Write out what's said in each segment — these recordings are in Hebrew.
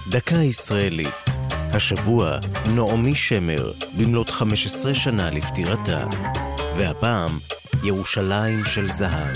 דקה ישראלית. השבוע נעמי שמר במלאת 15 שנה לפטירתה. והפעם ירושלים של זהב.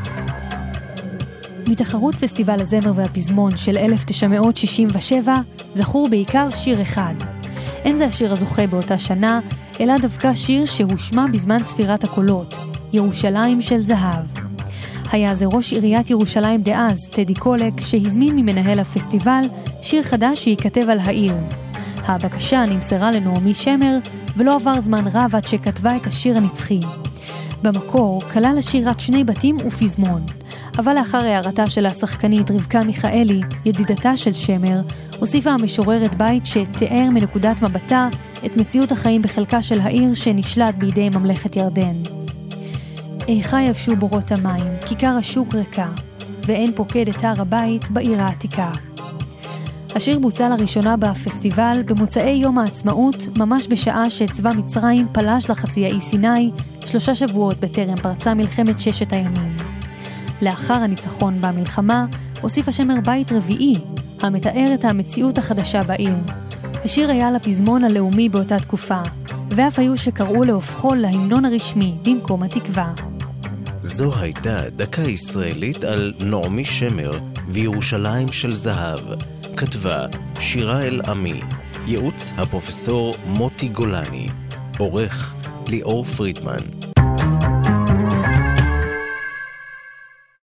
מתחרות פסטיבל הזמר והפזמון של 1967 זכור בעיקר שיר אחד. אין זה השיר הזוכה באותה שנה, אלא דווקא שיר שהושמע בזמן ספירת הקולות, ירושלים של זהב. היה זה ראש עיריית ירושלים דאז, טדי קולק, שהזמין ממנהל הפסטיבל שיר חדש שייכתב על העיר. הבקשה נמסרה לנעמי שמר, ולא עבר זמן רב עד שכתבה את השיר הנצחי. במקור כלל השיר רק 2 בתים ופזמון, אבל לאחר הערתה של השחקנית רבקה מיכאלי, ידידתה של שמר, הוסיפה המשוררת בית שתיאר מנקודת מבטה את מציאות החיים בחלקה של העיר שנשלט בידי ממלכת ירדן. איכה יבשו בורות המים, כיכר השוק ריקה, ואין פוקד את הר הבית בעיר העתיקה. השיר בוצע לראשונה בפסטיבל במוצאי יום העצמאות, ממש בשעה שצבא מצרים פלש לחצי האי סיני 3 שבועות בטרם פרצה מלחמת 6 הימים. לאחר הניצחון במלחמה, הוסיף השמר בית רביעי, המתאר את המציאות החדשה בעיר. השיר היה לפזמון הלאומי באותה תקופה, ואף היו שקראו להופכו להמנון הרשמי במקום התקווה. זו הייתה דקה ישראלית על נעמי שמר וירושלים של זהב. כתבה שירה אל עמי, ייעוץ הפרופסור מוטי גולני, עורך ליאור פרידמן.